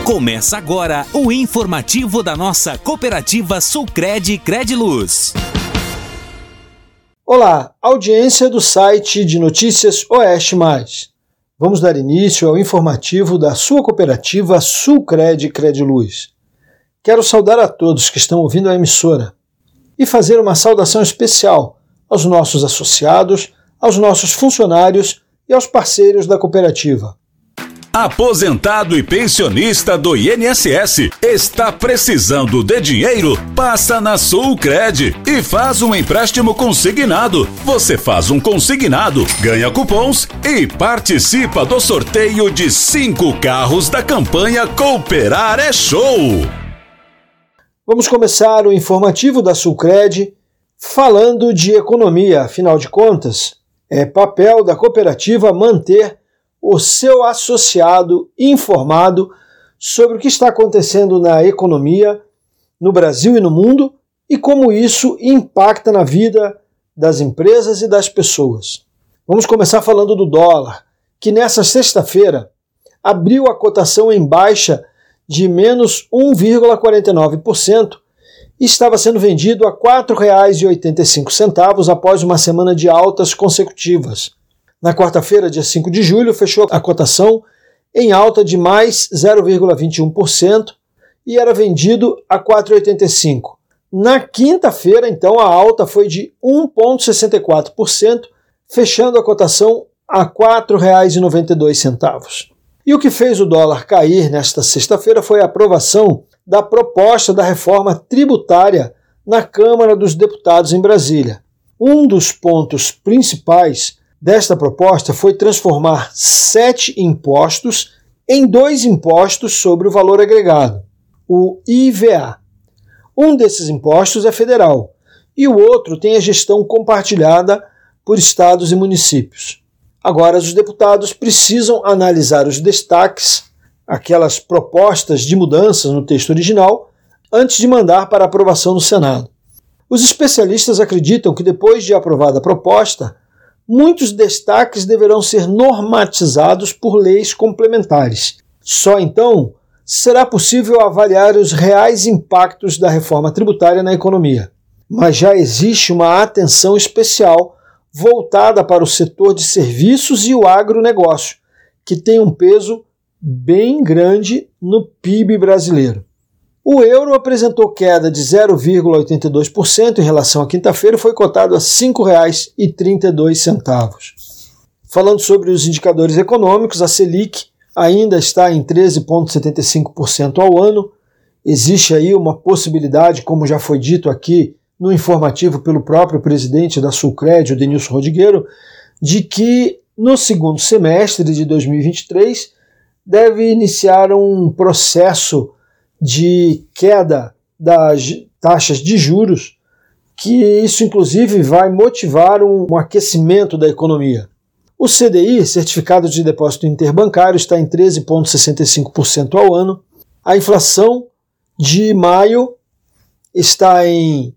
Começa agora o informativo da nossa cooperativa Sulcred Crediluz. Olá, audiência do site de notícias Oeste Mais. Vamos dar início ao informativo da sua cooperativa Sulcred Crediluz. Quero saudar a todos que estão ouvindo a emissora e fazer uma saudação especial aos nossos associados, aos nossos funcionários e aos parceiros da cooperativa. Aposentado e pensionista do INSS está precisando de dinheiro? Passa na Sulcred e faz um empréstimo consignado. Você faz um consignado, ganha cupons e participa do sorteio de 5 carros da campanha Cooperar é Show. Vamos começar o informativo da Sulcred falando de economia. Afinal de contas, é papel da cooperativa manter o seu associado informado sobre o que está acontecendo na economia, no Brasil e no mundo, e como isso impacta na vida das empresas e das pessoas. Vamos começar falando do dólar, que nessa sexta-feira abriu a cotação em baixa de menos 1,49% e estava sendo vendido a R$ 4,85 após uma semana de altas consecutivas. Na quarta-feira, dia 5 de julho, fechou a cotação em alta de mais 0,21% e era vendido a R$ 4,85. Na quinta-feira, então, a alta foi de 1,64%, fechando a cotação a R$ 4,92. E o que fez o dólar cair nesta sexta-feira foi a aprovação da proposta da reforma tributária na Câmara dos Deputados em Brasília. Um dos pontos principais desta proposta foi transformar 7 impostos em 2 impostos sobre o valor agregado, o IVA. Um desses impostos é federal e o outro tem a gestão compartilhada por estados e municípios. Agora, os deputados precisam analisar os destaques, aquelas propostas de mudanças no texto original, antes de mandar para aprovação no Senado. Os especialistas acreditam que depois de aprovada a proposta, muitos destaques deverão ser normatizados por leis complementares. Só então será possível avaliar os reais impactos da reforma tributária na economia. Mas já existe uma atenção especial voltada para o setor de serviços e o agronegócio, que tem um peso bem grande no PIB brasileiro. O euro apresentou queda de 0,82% em relação à quinta-feira e foi cotado a R$ 5,32. Falando sobre os indicadores econômicos, a Selic ainda está em 13,75% ao ano. Existe aí uma possibilidade, como já foi dito aqui no informativo pelo próprio presidente da Sulcred, o Denilson Rodriguero, de que no segundo semestre de 2023 deve iniciar um processo de queda das taxas de juros, que isso inclusive vai motivar um aquecimento da economia. O CDI, Certificado de Depósito Interbancário, está em 13,65% ao ano. A inflação de maio está em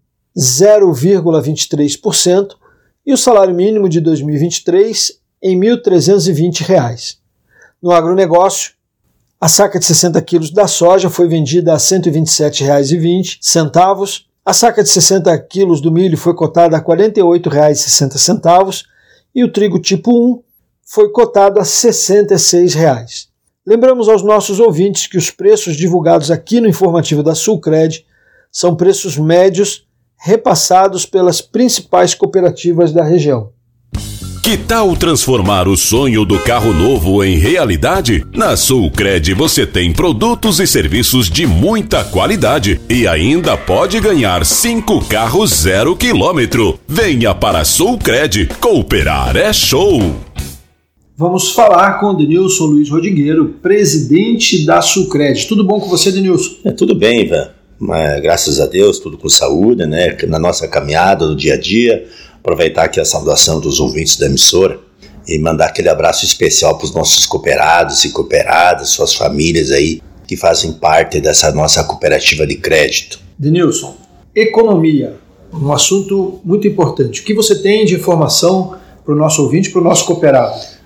0,23% e o salário mínimo de 2023 em R$ 1.320. No agronegócio, a saca de 60 quilos da soja foi vendida a R$ 127,20. A saca de 60 quilos do milho foi cotada a R$ 48,60 e o trigo tipo 1 foi cotado a R$ 66. Lembramos aos nossos ouvintes que os preços divulgados aqui no informativo da Sulcred são preços médios repassados pelas principais cooperativas da região. Que tal transformar o sonho do carro novo em realidade? Na Sulcred você tem produtos e serviços de muita qualidade e ainda pode ganhar 5 carros 0 km. Venha para a Sulcred, Cooperar é Show! Vamos falar com o Denilson Luiz Rodriguero, presidente da Sulcred. Tudo bom com você, Denilson? Tudo bem, Ivan. Graças a Deus, tudo com saúde, né? Na nossa caminhada, no dia a dia. Aproveitar aqui a saudação dos ouvintes da emissora e mandar aquele abraço especial para os nossos cooperados e cooperadas, suas famílias aí que fazem parte dessa nossa cooperativa de crédito. Denilson, economia, um assunto muito importante. O que você tem de informação para o nosso ouvinte, para o nosso cooperado?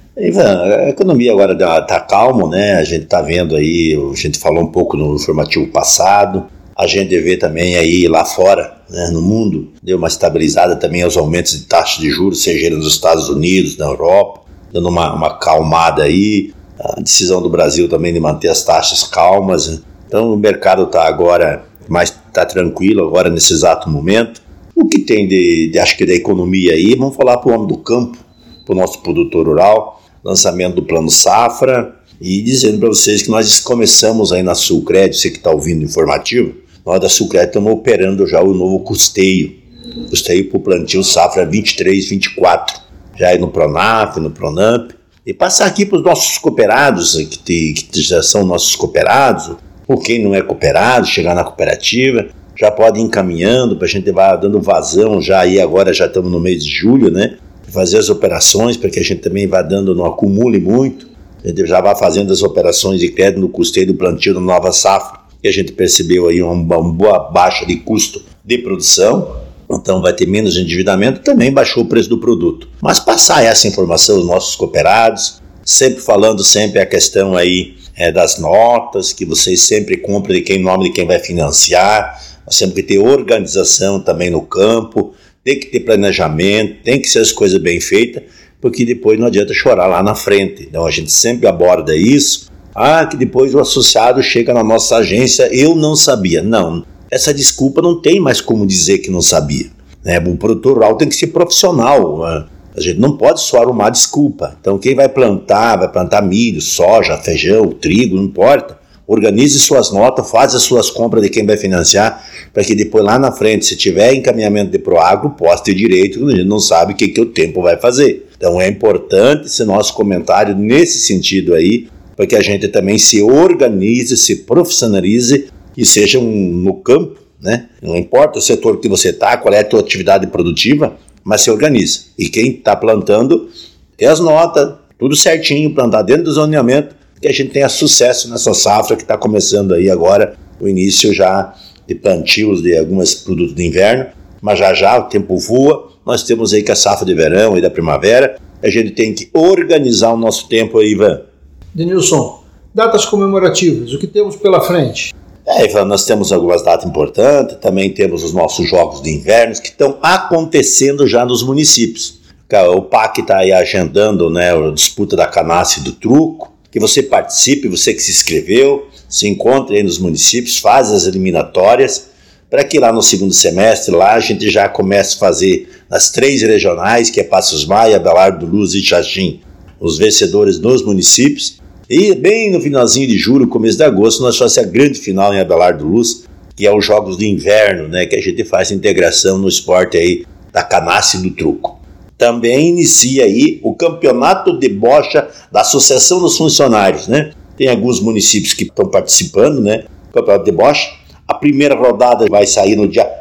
Ivan, a economia agora está calma, né? A gente está vendo aí, a gente falou um pouco no informativo passado, a gente vê também aí lá fora, né, no mundo, deu uma estabilizada também aos aumentos de taxas de juros, seja nos Estados Unidos, na Europa, dando uma acalmada aí, a decisão do Brasil também de manter as taxas calmas, né? Então o mercado está agora, mas está tranquilo agora nesse exato momento. O que tem acho que da economia aí, vamos falar para o homem do campo, para o nosso produtor rural, lançamento do Plano Safra, e dizendo para vocês que nós começamos aí na Sulcred, você que está ouvindo o informativo, nós da Sulcred estamos operando já o novo custeio para o plantio Safra 23-24, já aí no Pronaf, no Pronamp, e passar aqui para os nossos cooperados, que já são nossos cooperados, ou quem não é cooperado, chegar na cooperativa, já pode ir encaminhando para a gente vai dando vazão já aí, agora já estamos no mês de julho, né? Fazer as operações para que a gente também vá dando, não acumule muito, a gente já vai fazendo as operações de crédito no custeio do plantio da nova safra, e a gente percebeu aí uma boa baixa de custo de produção, então vai ter menos endividamento, também baixou o preço do produto. Mas passar essa informação aos nossos cooperados, sempre falando sempre a questão aí das notas, que vocês sempre comprem em nome de quem vai financiar, nós temos que ter organização também no campo, tem que ter planejamento, tem que ser as coisas bem feitas, porque depois não adianta chorar lá na frente. Então a gente sempre aborda isso, que depois o associado chega na nossa agência, eu não sabia. Não, essa desculpa não tem mais como dizer que não sabia, né? O produtor rural tem que ser profissional, a gente não pode só arrumar desculpa. Então quem vai plantar milho, soja, feijão, trigo, não importa. Organize suas notas, faz as suas compras de quem vai financiar, para que depois lá na frente, se tiver encaminhamento de Proagro, possa ter direito, a gente não sabe o que o tempo vai fazer. Então é importante esse nosso comentário nesse sentido aí, para que a gente também se organize, se profissionalize e seja no campo, né? Não importa o setor que você está, qual é a tua atividade produtiva, mas se organiza. E quem está plantando, tem as notas, tudo certinho, plantar dentro do zoneamento, que a gente tenha sucesso nessa safra que está começando aí agora, o início já de plantios de alguns produtos de inverno, mas já o tempo voa, nós temos aí que a safra de verão e da primavera, a gente tem que organizar o nosso tempo aí, Ivan. Denilson, datas comemorativas, o que temos pela frente? Ivan, nós temos algumas datas importantes, também temos os nossos jogos de inverno que estão acontecendo já nos municípios. O PAC está aí agendando, né, a disputa da Canastra e do Truco, que você participe, você que se inscreveu, se encontre aí nos municípios, faz as eliminatórias, para que lá no segundo semestre, lá a gente já comece a fazer nas 3 regionais, que é Passos Maia, Abelardo do Luz e Xaxim, os vencedores nos municípios, e bem no finalzinho de julho, começo de agosto, nós fazemos a grande final em Abelardo do Luz, que é os Jogos de Inverno, né, que a gente faz a integração no esporte aí da Canastra e do Truco. Também inicia aí o campeonato de bocha da Associação dos Funcionários, né? Tem alguns municípios que estão participando, né? Campeonato de bocha. A primeira rodada vai sair no dia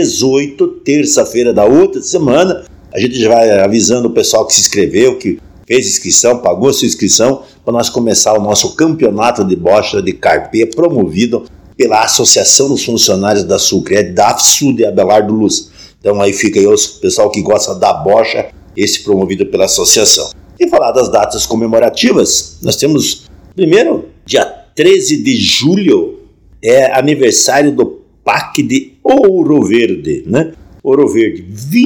18, terça-feira da outra semana. A gente já vai avisando o pessoal que se inscreveu, que fez inscrição, pagou sua inscrição, para nós começar o nosso campeonato de bocha de carpê, promovido pela Associação dos Funcionários da Sulcred, da AFSU de Abelardo do Luz. Então aí fica aí o pessoal que gosta da bocha, esse promovido pela associação. E falar das datas comemorativas, nós temos, primeiro, dia 13 de julho, é aniversário do PAC de Ouro Verde, né? Ouro Verde,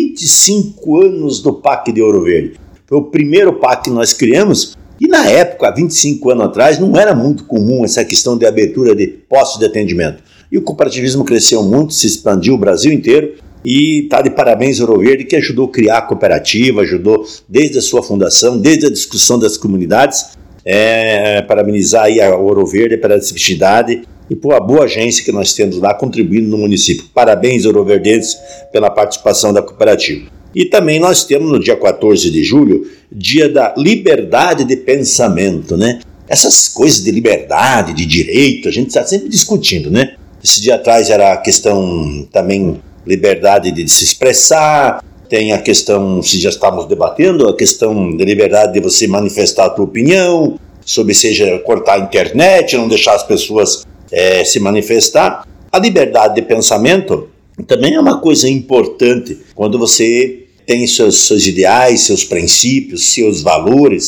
25 anos do PAC de Ouro Verde. Foi o primeiro PAC que nós criamos, e na época, há 25 anos atrás, não era muito comum essa questão de abertura de postos de atendimento. E o cooperativismo cresceu muito, se expandiu o Brasil inteiro, e está de parabéns Ouro Verde, que ajudou a criar a cooperativa, ajudou desde a sua fundação, desde a discussão das comunidades, parabenizar aí a Ouro Verde pela disciplidade e por a boa agência que nós temos lá contribuindo no município. Parabéns Ouro Verdenses pela participação da cooperativa. E também nós temos no dia 14 de julho, dia da liberdade de pensamento, né? Essas coisas de liberdade, de direito, a gente está sempre discutindo, né? Esse dia atrás era a questão também liberdade de se expressar, tem a questão, se já estamos debatendo, a questão da liberdade de você manifestar a tua opinião, sobre seja cortar a internet, não deixar as pessoas se manifestar. A liberdade de pensamento também é uma coisa importante, quando você tem seus ideais, seus princípios, seus valores,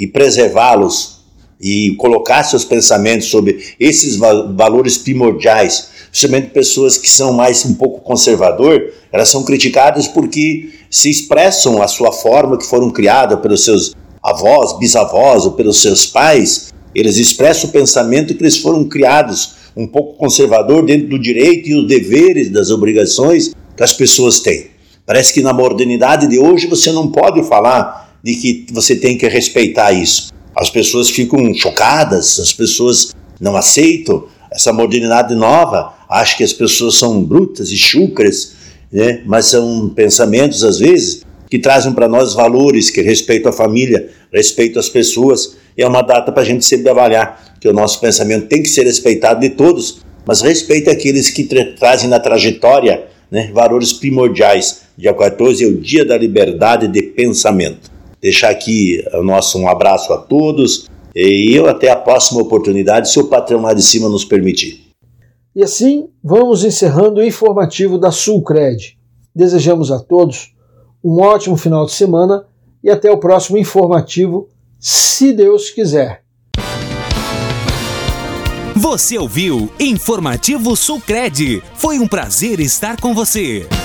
e preservá-los e colocar seus pensamentos sobre esses valores primordiais, principalmente pessoas que são mais um pouco conservador, elas são criticadas porque se expressam a sua forma que foram criadas pelos seus avós, bisavós ou pelos seus pais, eles expressam o pensamento que eles foram criados um pouco conservador dentro do direito e os deveres, das obrigações que as pessoas têm. Parece que na modernidade de hoje você não pode falar de que você tem que respeitar isso. As pessoas ficam chocadas, as pessoas não aceitam essa modernidade nova, acham que as pessoas são brutas e chúcaras, né? Mas são pensamentos, às vezes, que trazem para nós valores, que respeito à família, respeito às pessoas. É uma data para a gente sempre avaliar que o nosso pensamento tem que ser respeitado de todos, mas respeita aqueles que trazem na trajetória, né, valores primordiais. Dia 14 é o Dia da Liberdade de Pensamento. Deixar aqui um abraço a todos e eu até a próxima oportunidade, se o patrão lá de cima nos permitir. E assim vamos encerrando o informativo da Sulcred. Desejamos a todos um ótimo final de semana e até o próximo informativo, se Deus quiser. Você ouviu Informativo Sulcred. Foi um prazer estar com você.